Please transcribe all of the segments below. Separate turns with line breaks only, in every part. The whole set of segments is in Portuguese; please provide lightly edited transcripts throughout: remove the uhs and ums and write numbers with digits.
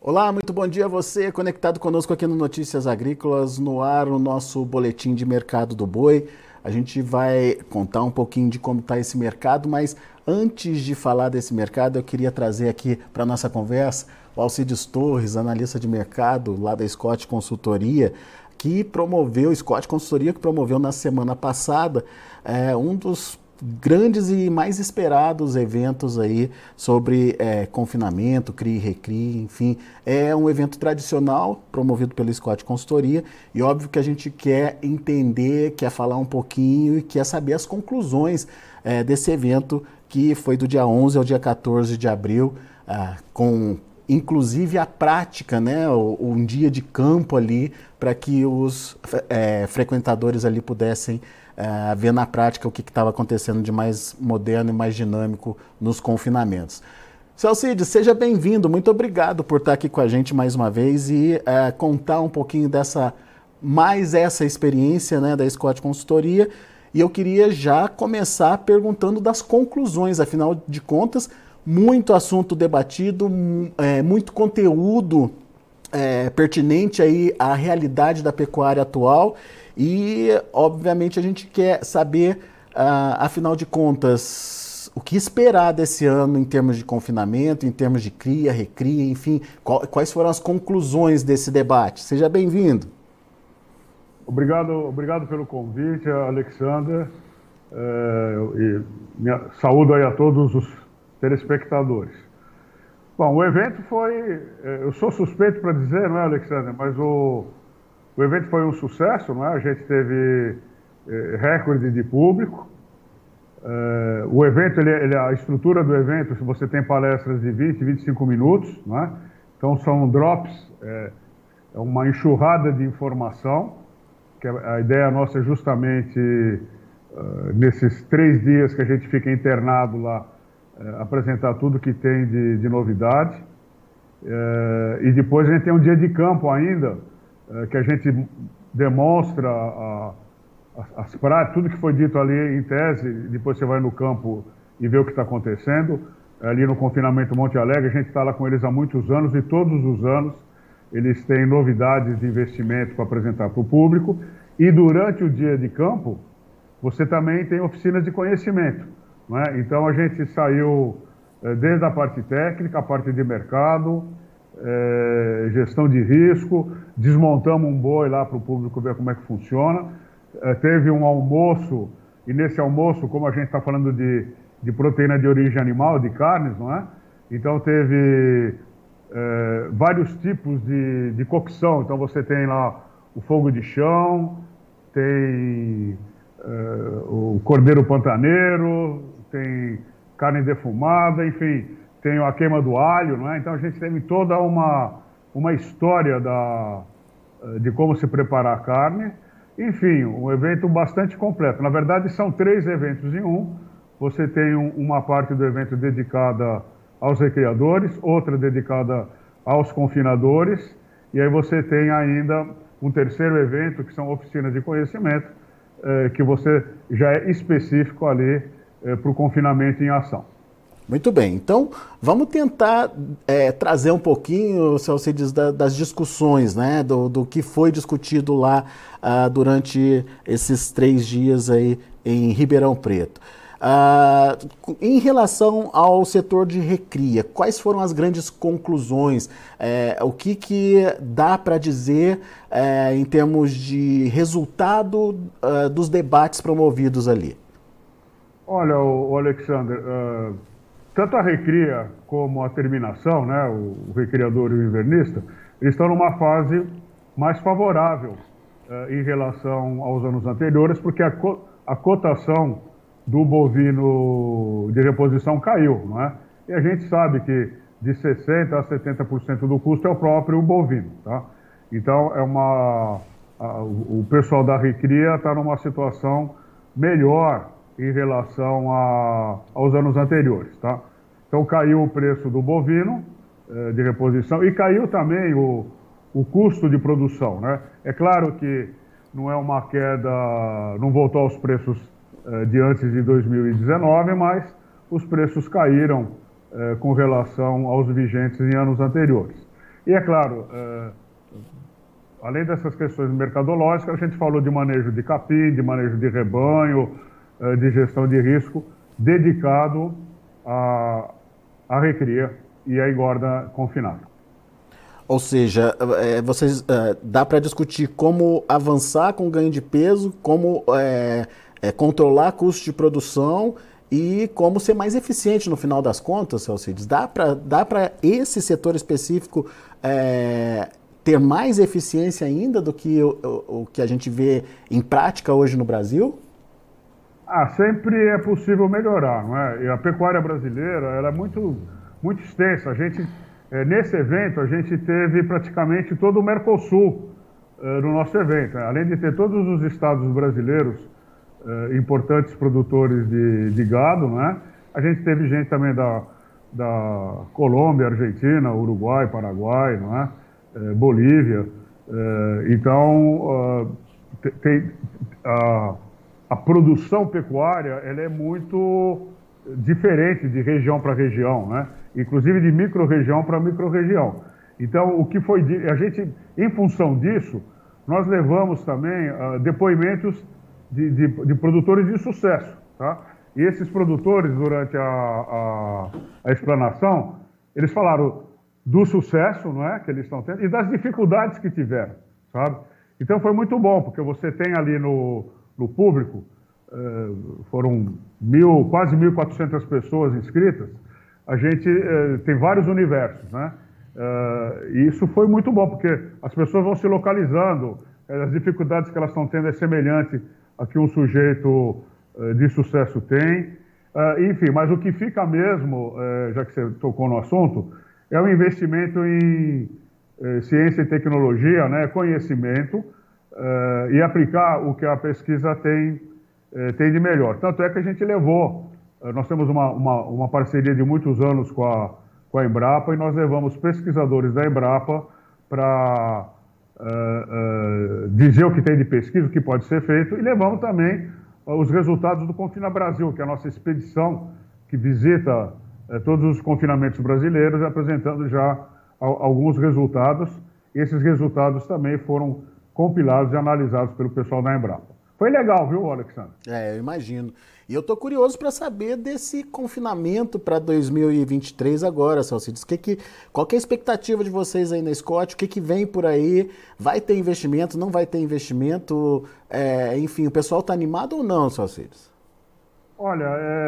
Olá, muito bom dia a você, conectado conosco aqui no Notícias Agrícolas, no ar o nosso boletim de mercado do boi. A gente vai contar um pouquinho de como está esse mercado, mas antes de falar desse mercado, eu queria trazer aqui para a nossa conversa o Alcides Torres, analista de mercado lá da Scott Consultoria, Scott Consultoria que promoveu na semana passada um dos grandes e mais esperados eventos aí sobre confinamento, CRI, RECRI, enfim. É um evento tradicional promovido pelo Scott Consultoria e óbvio que a gente quer entender, quer falar um pouquinho e quer saber as conclusões desse evento que foi do dia 11 ao dia 14 de abril, com inclusive a prática, né, um dia de campo ali para que os frequentadores ali pudessem ver na prática o que estava acontecendo de mais moderno e mais dinâmico nos confinamentos. Seu Alcides, seja bem-vindo, muito obrigado por estar aqui com a gente mais uma vez e contar um pouquinho essa experiência, né, da Scott Consultoria. E eu queria já começar perguntando das conclusões, afinal de contas, muito assunto debatido, muito conteúdo pertinente aí à realidade da pecuária atual e, obviamente, a gente quer saber, afinal de contas, o que esperar desse ano em termos de confinamento, em termos de cria, recria, enfim, quais foram as conclusões desse debate? Seja bem-vindo.
Obrigado pelo convite, Alexander. Saúdo aí a todos os telespectadores. Bom, o evento foi, eu sou suspeito para dizer, não é, Alexander, mas o evento foi um sucesso, não é? A gente teve recorde de público. O evento, a estrutura do evento, se você tem palestras de 20, 25 minutos, não é? Então são drops, é uma enxurrada de informação, que a ideia nossa é justamente, nesses 3 dias que a gente fica internado lá, apresentar tudo que tem de novidade. E depois a gente tem um dia de campo ainda, que a gente demonstra as práticas, tudo que foi dito ali em tese, depois você vai no campo e vê o que está acontecendo. Ali no confinamento Monte Alegre, a gente está lá com eles há muitos anos e todos os anos eles têm novidades de investimento para apresentar para o público. E durante o dia de campo, você também tem oficinas de conhecimento, não é? Então a gente saiu desde a parte técnica, a parte de mercado, gestão de risco, desmontamos um boi lá para o público ver como é que funciona. Teve um almoço, e nesse almoço, como a gente está falando de proteína de origem animal, de carnes, não é? Então teve vários tipos de cocção. Então você tem lá o fogo de chão, tem o cordeiro pantaneiro, tem carne defumada, enfim, tem a queima do alho, não é? Então a gente teve toda uma história de como se preparar a carne. Enfim, um evento bastante completo. Na verdade, são 3 eventos em um. Você tem uma parte do evento dedicada aos recriadores, outra dedicada aos confinadores, e aí você tem ainda um terceiro evento, que são oficinas de conhecimento, que você já é específico ali para o confinamento em ação.
Muito bem, então vamos tentar trazer um pouquinho, se você diz, das discussões, né, do que foi discutido lá durante esses 3 dias aí em Ribeirão Preto. Em relação ao setor de recria, quais foram as grandes conclusões? O que dá para dizer em termos de resultado dos debates promovidos ali?
Olha, o Alexander, tanto a recria como a terminação, né, o recriador e o invernista, eles estão numa fase mais favorável em relação aos anos anteriores, porque a cotação do bovino de reposição caiu, não é? E a gente sabe que de 60% a 70% do custo é o próprio bovino, tá? Então, o pessoal da recria está numa situação melhor em relação aos anos anteriores, tá? Então, caiu o preço do bovino de reposição e caiu também o custo de produção, né? É claro que não é uma queda, não voltou aos preços de antes de 2019, mas os preços caíram com relação aos vigentes em anos anteriores. E é claro, além dessas questões mercadológicas, a gente falou de manejo de capim, de manejo de rebanho, de gestão de risco, dedicado à recria e à engorda confinada.
Ou seja, dá para discutir como avançar com ganho de peso, como controlar custo de produção e como ser mais eficiente no final das contas, Alcides. Dá para esse setor específico ter mais eficiência ainda do que o que a gente vê em prática hoje no Brasil?
Sempre é possível melhorar, não é? E a pecuária brasileira ela é muito, muito extensa. Nesse evento, a gente teve praticamente todo o Mercosul no nosso evento. Além de ter todos os estados brasileiros importantes produtores de gado, né? A gente teve gente também da Colômbia, Argentina, Uruguai, Paraguai, não é? Bolívia. Então, a produção pecuária ela é muito diferente de região para região, né? Inclusive de micro-região para micro-região. Então, o que foi a gente, em função disso, nós levamos também depoimentos de produtores de sucesso, tá? E esses produtores, durante a explanação, eles falaram do sucesso, não é, que eles estão tendo e das dificuldades que tiveram, sabe? Então, foi muito bom, porque você tem ali no público, foram quase 1.400 pessoas inscritas. A gente tem vários universos, né? E isso foi muito bom, porque as pessoas vão se localizando, as dificuldades que elas estão tendo é semelhante a que um sujeito de sucesso tem. Enfim, mas o que fica mesmo, já que você tocou no assunto, é o investimento em ciência e tecnologia, né? Conhecimento, e aplicar o que a pesquisa tem de melhor. Tanto é que a gente levou, nós temos uma parceria de muitos anos com a Embrapa, e nós levamos pesquisadores da Embrapa para dizer o que tem de pesquisa, o que pode ser feito, e levamos também os resultados do Confina Brasil, que é a nossa expedição que visita todos os confinamentos brasileiros, apresentando já alguns resultados. E esses resultados também foram compilados e analisados pelo pessoal da Embrapa. Foi legal, viu, Alexandre?
Eu imagino. E eu estou curioso para saber desse confinamento para 2023 agora, Salcides. Qual que é a expectativa de vocês aí na Scott? O que vem por aí? Vai ter investimento? Não vai ter investimento? Enfim, o pessoal está animado ou não, Salcides?
Olha,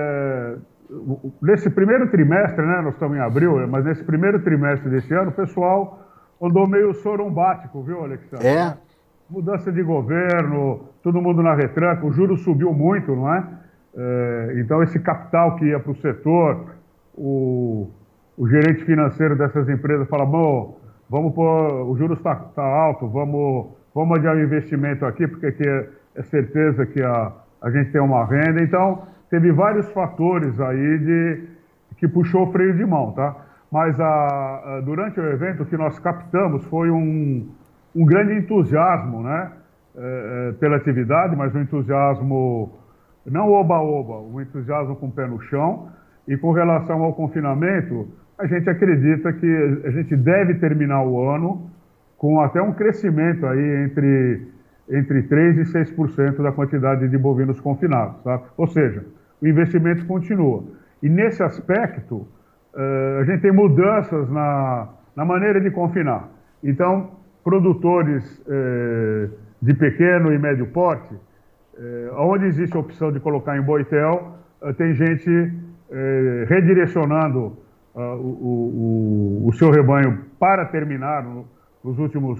nesse primeiro trimestre, né, nós estamos em abril, mas nesse primeiro trimestre desse ano, o pessoal andou meio sorumbático, viu, Alexandre? Mudança de governo, todo mundo na retranca, o juro subiu muito, não é? Então esse capital que ia para o setor, o gerente financeiro dessas empresas fala, bom, o juros está alto, vamos adiar o investimento aqui, porque aqui é certeza que a gente tem uma renda. Então teve vários fatores aí que puxou o freio de mão, tá? Mas durante o evento o que nós captamos foi um grande entusiasmo, né, pela atividade, mas um entusiasmo não oba-oba, um entusiasmo com o pé no chão. E com relação ao confinamento, a gente acredita que a gente deve terminar o ano com até um crescimento aí entre 3% e 6% da quantidade de bovinos confinados, tá? Ou seja, o investimento continua. E nesse aspecto, a gente tem mudanças na maneira de confinar. Então, produtores de pequeno e médio porte, onde existe a opção de colocar em boitel, tem gente redirecionando o seu rebanho para terminar nos últimos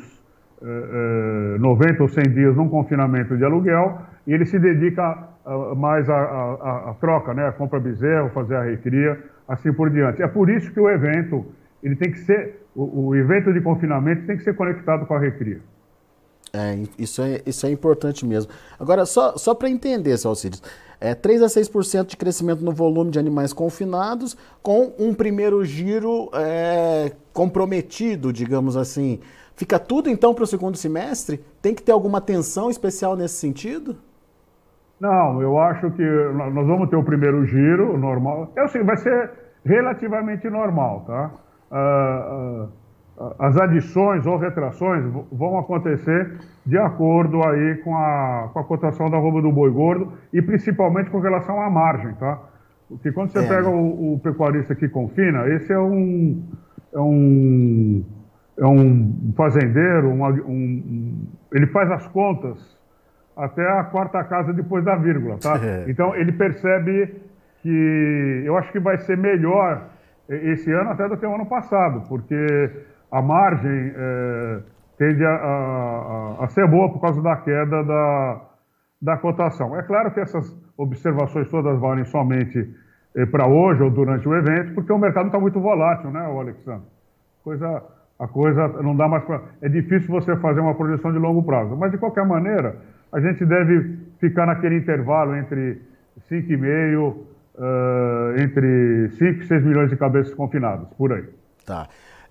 90 ou 100 dias num confinamento de aluguel, e ele se dedica mais à troca, né, a compra bezerro, fazer a recria, assim por diante. É por isso que o evento, ele tem que ser, o evento de confinamento tem que ser conectado com a recria.
Isso é importante mesmo. Agora, só para entender, Alcides, 3 a 6% de crescimento no volume de animais confinados, com um primeiro giro comprometido, digamos assim. Fica tudo, então, para o segundo semestre? Tem que ter alguma atenção especial nesse sentido?
Não, eu acho que nós vamos ter o primeiro giro normal. Vai ser relativamente normal, tá? as adições ou retrações vão acontecer de acordo aí com a cotação da arroba do boi gordo e principalmente com relação à margem, tá? Porque quando você pega
Né?
o pecuarista que confina, esse é um, é um fazendeiro, ele faz as contas até a quarta casa depois da vírgula, tá? Então ele percebe que eu acho que vai ser melhor esse ano até do que o ano passado, porque a margem tende a ser boa por causa da queda da cotação. É claro que essas observações todas valem somente para hoje ou durante o evento, porque o mercado está muito volátil, né, Alexandre? A coisa não dá mais para... É difícil você fazer uma projeção de longo prazo, mas de qualquer maneira, a gente deve ficar naquele intervalo entre 5,5, entre 5 e 6 milhões de cabeças confinadas, por aí.
Tá.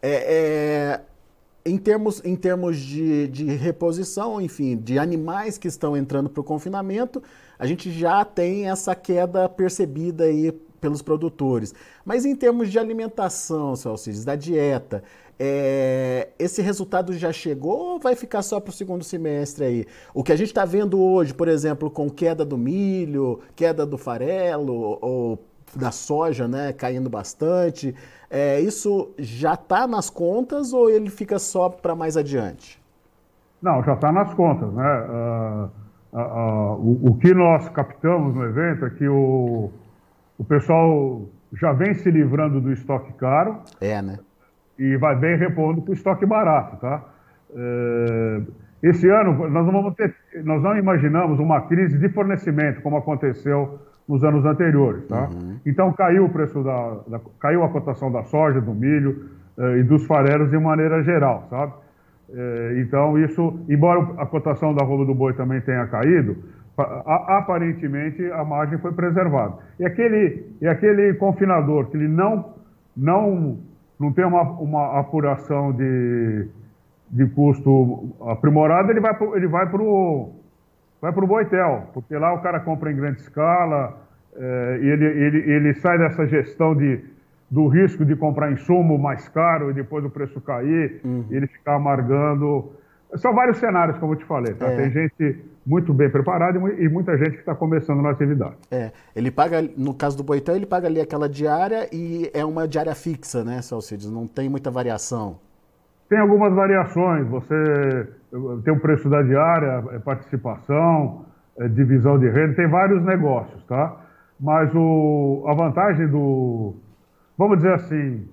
Em termos de reposição, enfim, de animais que estão entrando para o confinamento, a gente já tem essa queda percebida aí pelos produtores. Mas em termos de alimentação, seu Alcides, da dieta, esse resultado já chegou ou vai ficar só para o segundo semestre aí? O que a gente está vendo hoje, por exemplo, com queda do milho, queda do farelo ou da soja, né, caindo bastante, isso já está nas contas ou ele fica só para mais adiante?
Não, já está nas contas, né? O que nós captamos no evento é que o pessoal já vem se livrando do estoque caro
Né?
e vai bem repondo para o estoque barato, tá? Esse ano nós não imaginamos uma crise de fornecimento como aconteceu nos anos anteriores, tá?
Uhum.
Então caiu o preço caiu a cotação da soja, do milho e dos farelos de maneira geral, sabe? Então isso, embora a cotação da arroba do boi também tenha caído, aparentemente a margem foi preservada. E aquele confinador que ele não tem uma apuração de custo aprimorado, ele vai para o Boitel, porque lá o cara compra em grande escala, e ele sai dessa gestão do risco de comprar insumo mais caro e depois o preço cair, e ele ficar amargando. São vários cenários, como eu te falei, tá? Tem gente muito bem preparada e muita gente que está começando na atividade.
Ele paga, no caso do Boitel, ele paga ali aquela diária e é uma diária fixa, né, Salcides? Não tem muita variação.
Tem algumas variações, você tem o preço da diária, participação, divisão de renda, tem vários negócios, tá? Mas a vantagem vamos dizer assim,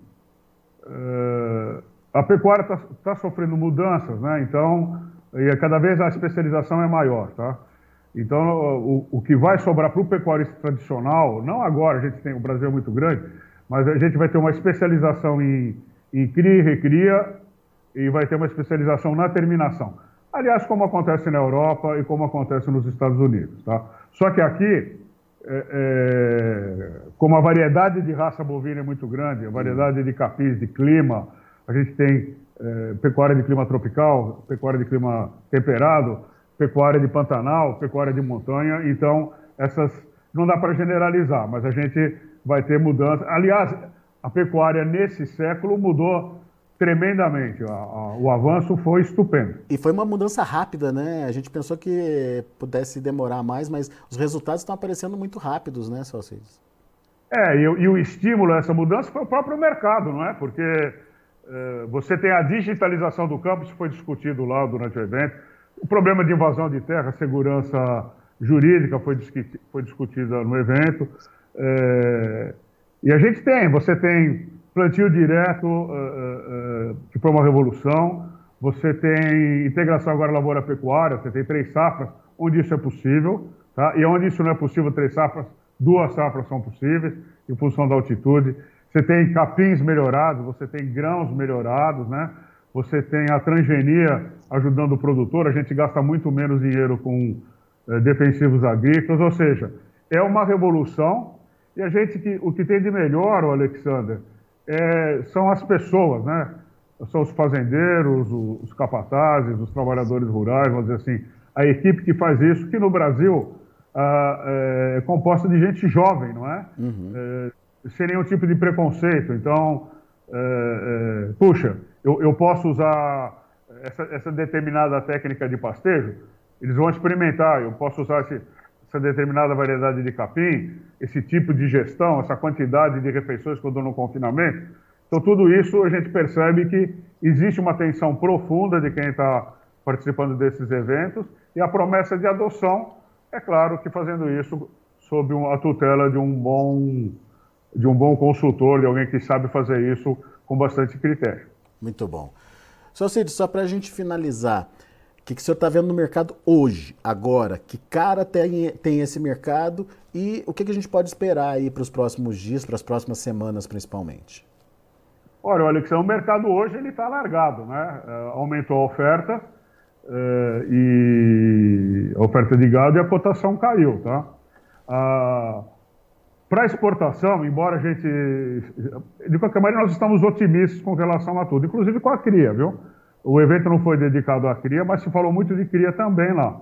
a pecuária está sofrendo mudanças, né? Então, e cada vez a especialização é maior, tá? Então, o que vai sobrar para o pecuarista tradicional, não agora, o Brasil é muito grande, mas a gente vai ter uma especialização em cria e recria, e vai ter uma especialização na terminação. Aliás, como acontece na Europa e como acontece nos Estados Unidos, tá? Só que aqui, como a variedade de raça bovina é muito grande, a variedade de capis, de clima, a gente tem pecuária de clima tropical, pecuária de clima temperado, pecuária de pantanal, pecuária de montanha, então essas não dá para generalizar, mas a gente vai ter mudança. Aliás, a pecuária nesse século mudou tremendamente, o avanço foi estupendo.
E foi uma mudança rápida, né? A gente pensou que pudesse demorar mais, mas os resultados estão aparecendo muito rápidos, né, Salcides?
E o estímulo a essa mudança foi o próprio mercado, não é? Porque você tem a digitalização do campo, isso foi discutido lá durante o evento, o problema de invasão de terra, segurança jurídica foi discutida no evento, e você tem plantio direto, que foi uma revolução. Você tem integração agora lavoura-pecuária, você tem 3 safras, onde isso é possível, tá? E onde isso não é possível, 3 safras, 2 safras são possíveis, em função da altitude. Você tem capins melhorados, você tem grãos melhorados, né? Você tem a transgenia ajudando o produtor, a gente gasta muito menos dinheiro com defensivos agrícolas, ou seja, é uma revolução. E o que tem de melhor, Alexander, são as pessoas, né? São os fazendeiros, os capatazes, os trabalhadores rurais, vamos dizer assim, a equipe que faz isso, que no Brasil é composta de gente jovem, não é? Uhum. Sem nenhum tipo de preconceito. Então, puxa, eu posso usar essa determinada técnica de pastejo, eles vão experimentar, eu posso usar essa determinada variedade de capim, esse tipo de gestão, essa quantidade de refeições que eu dou no confinamento. Então, tudo isso a gente percebe que existe uma atenção profunda de quem está participando desses eventos e a promessa de adoção, é claro que fazendo isso sob a tutela de um bom consultor, de alguém que sabe fazer isso com bastante critério.
Muito bom. Seu Cid, só para a gente finalizar, o que o senhor está vendo no mercado hoje, agora? Que cara tem esse mercado e o que a gente pode esperar aí para os próximos dias, para as próximas semanas principalmente?
Olha, Alex, o mercado hoje ele está largado, né? Aumentou a oferta e a oferta de gado e a cotação caiu, tá? Para exportação, embora a gente... De qualquer maneira, nós estamos otimistas com relação a tudo, inclusive com a cria, viu? O evento não foi dedicado à cria, mas se falou muito de cria também lá.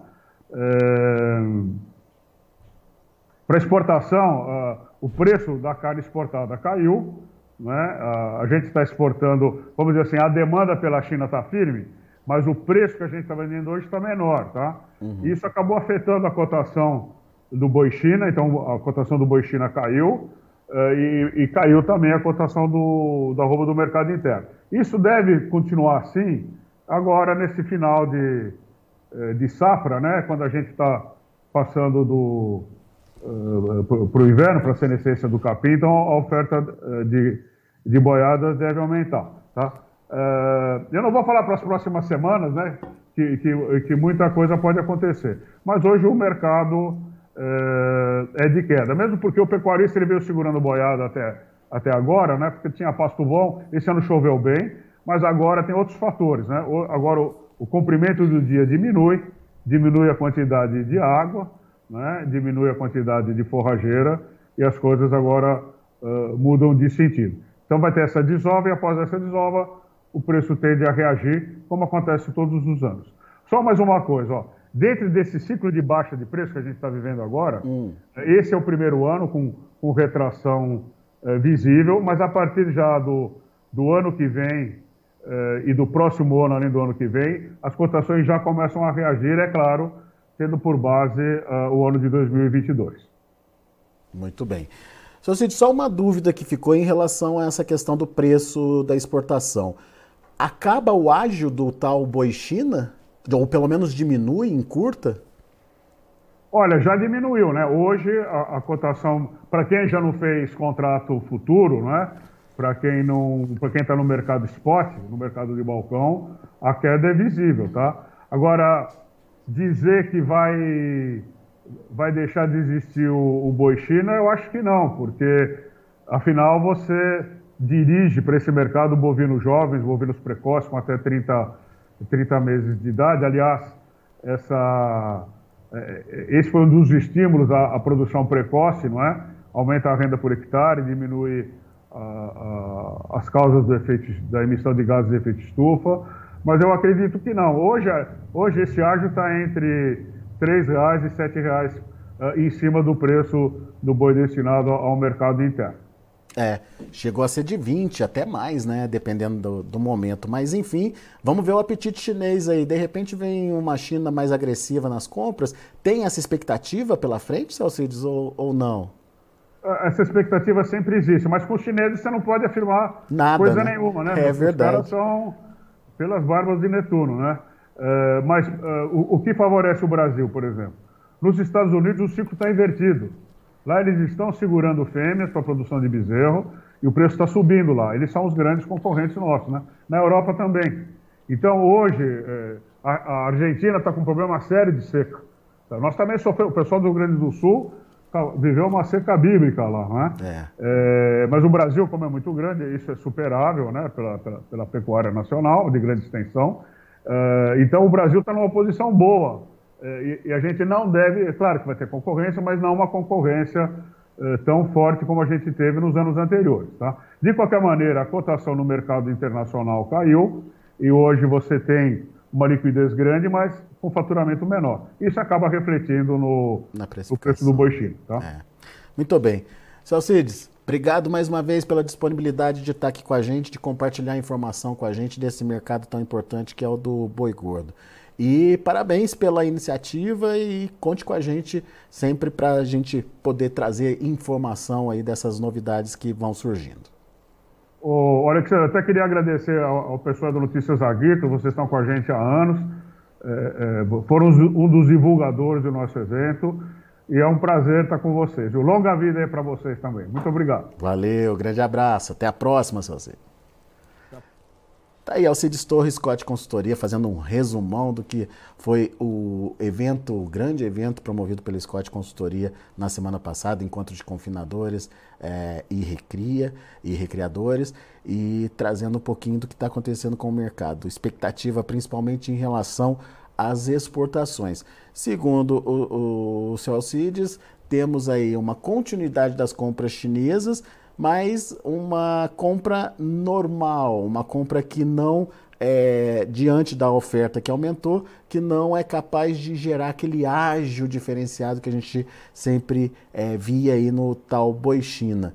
Para exportação, o preço da carne exportada caiu, né? A gente está exportando, vamos dizer assim, a demanda pela China está firme, mas o preço que a gente está vendendo hoje está menor, tá? Uhum. Isso acabou afetando a cotação do boi China, então a cotação do boi China caiu e caiu também a cotação da arroba do mercado interno. Isso deve continuar assim agora nesse final de safra, né? Quando a gente está passando para o inverno, para a senescência do capim, então a oferta de boiadas deve aumentar, tá? Eu não vou falar para as próximas semanas, né? Que muita coisa pode acontecer, mas hoje o mercado é de queda, mesmo porque o pecuarista ele veio segurando boiada até agora, né? Porque tinha pasto bom, esse ano choveu bem, mas agora tem outros fatores, né? Agora o comprimento do dia diminui a quantidade de água, né? Diminui a quantidade de forrageira e as coisas agora mudam de sentido. Então vai ter essa desova e após essa desova o preço tende a reagir, como acontece todos os anos. Só mais uma coisa, ó. Dentro desse ciclo de baixa de preço que a gente está vivendo agora, esse é o primeiro ano com retração visível, mas a partir já do ano que vem e do próximo ano, além do ano que vem, as cotações já começam a reagir, é claro, tendo por base o ano de 2022.
Muito bem. Seu Cid, só uma dúvida que ficou em relação a essa questão do preço da exportação. Acaba o ágio do tal boi China? Ou pelo menos diminui, encurta?
Olha, já diminuiu, né? Hoje a cotação, para quem já não fez contrato futuro, né? Para quem está no mercado spot, no mercado de balcão, a queda é visível, tá? Agora, dizer que vai deixar de existir o boi China, eu acho que não, porque afinal você dirige para esse mercado bovinos jovens, bovinos precoces com até 30 meses de idade. Aliás, esse foi um dos estímulos à produção precoce, não é? Aumenta a renda por hectare, diminui as causas da emissão de gases de efeito estufa, mas eu acredito que não. Hoje esse ágio está entre R$3 e R$7 em cima do preço do boi destinado ao mercado interno.
Chegou a ser de 20, até mais, né? Dependendo do momento. Mas, enfim, vamos ver o apetite chinês aí. De repente vem uma China mais agressiva nas compras. Tem essa expectativa pela frente, Celcides, ou não?
Essa expectativa sempre existe, mas com os chineses você não pode afirmar
nada,
coisa
né?
nenhuma, né?
É verdade.
Os caras são pelas barbas de Netuno, né? Mas o que favorece o Brasil, por exemplo? Nos Estados Unidos o ciclo está invertido. Lá eles estão segurando fêmeas para a produção de bezerro e o preço está subindo lá. Eles são os grandes concorrentes nossos, né? Na Europa também. Então hoje a Argentina está com um problema sério de seca. Nós também sofremos, o pessoal do Rio Grande do Sul viveu uma seca bíblica lá, né? Mas o Brasil, como é muito grande, isso é superável, né? Pela pecuária nacional, de grande extensão. Então o Brasil está numa posição boa. E a gente não deve, é claro que vai ter concorrência, mas não uma concorrência tão forte como a gente teve nos anos anteriores, tá? De qualquer maneira, a cotação no mercado internacional caiu e hoje você tem uma liquidez grande, mas com faturamento menor. Isso acaba refletindo no preço do boi China, tá?
Muito bem. Celcides, Obrigado mais uma vez pela disponibilidade de estar aqui com a gente, de compartilhar informação com a gente desse mercado tão importante que é o do boi gordo. E parabéns pela iniciativa e conte com a gente sempre para a gente poder trazer informação aí dessas novidades que vão surgindo.
Alexandre, eu até queria agradecer ao pessoal do Notícias Agrícolas, vocês estão com a gente há anos, foram um dos divulgadores do nosso evento. E é um prazer estar com vocês. Longa vida aí para vocês também. Muito obrigado.
Valeu, grande abraço. Até a próxima, seu Cid. Tá aí, Alcides Torres, Scott Consultoria, fazendo um resumão do que foi o grande evento promovido pela Scott Consultoria na semana passada, encontro de confinadores e recriadores, e trazendo um pouquinho do que está acontecendo com o mercado. Expectativa principalmente em relação às exportações. Segundo o seu Alcides, temos aí uma continuidade das compras chinesas, mas uma compra normal, uma compra que não, diante da oferta que aumentou, que não é capaz de gerar aquele ágio diferenciado que a gente sempre via aí no tal boi China.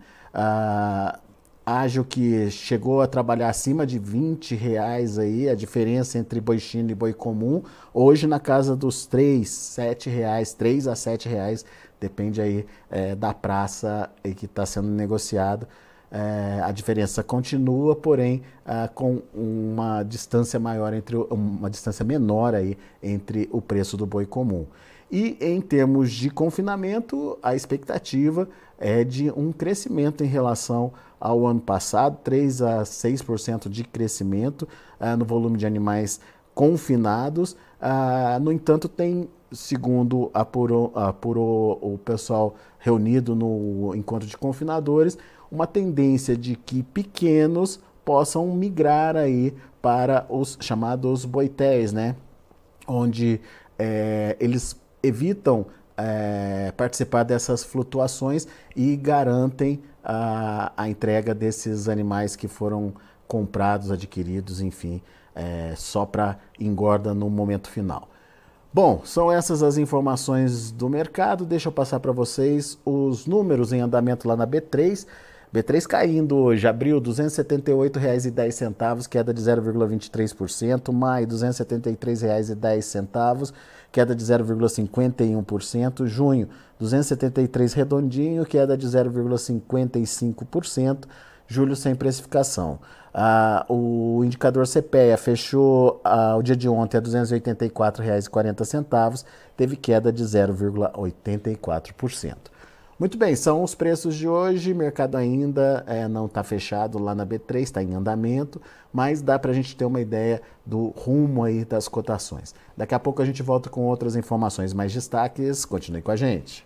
Ágio que chegou a trabalhar acima de R$20 aí, a diferença entre boi China e boi comum, hoje na casa dos R$7, R$3 a R$7, depende aí da praça que está sendo negociado. A diferença continua, porém com uma distância menor aí entre o preço do boi comum. E em termos de confinamento, a expectativa é de um crescimento em relação ao ano passado, 3 a 6% de crescimento no volume de animais confinados. No entanto, tem, segundo apurou o pessoal reunido no encontro de confinadores, uma tendência de que pequenos possam migrar aí para os chamados boitéis, né? Onde eles evitam participar dessas flutuações e garantem a entrega desses animais que foram comprados, adquiridos, enfim, só para engorda no momento final. Bom, são essas as informações do mercado. Deixa eu passar para vocês os números em andamento lá na B3. B3 caindo hoje, abril R$ 278,10, queda de 0,23%, maio R$ 273,10, queda de 0,51%, junho R$ 273 redondinho, queda de 0,55%, julho sem precificação. O indicador CPEA fechou o dia de ontem a R$ 284,40, teve queda de 0,84%. Muito bem, são os preços de hoje, mercado ainda não está fechado lá na B3, está em andamento, mas dá para a gente ter uma ideia do rumo aí das cotações. Daqui a pouco a gente volta com outras informações, mais destaques, continue com a gente.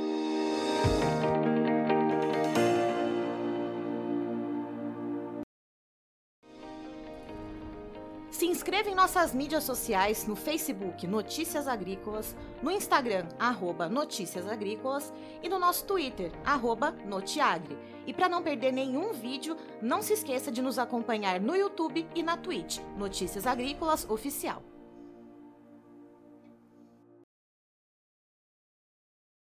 Se inscreva em nossas mídias sociais, no Facebook Notícias Agrícolas, no Instagram @Notícias Agrícolas e no nosso Twitter @Notiagre. E para não perder nenhum vídeo, não se esqueça de nos acompanhar no YouTube e na Twitch, Notícias Agrícolas Oficial.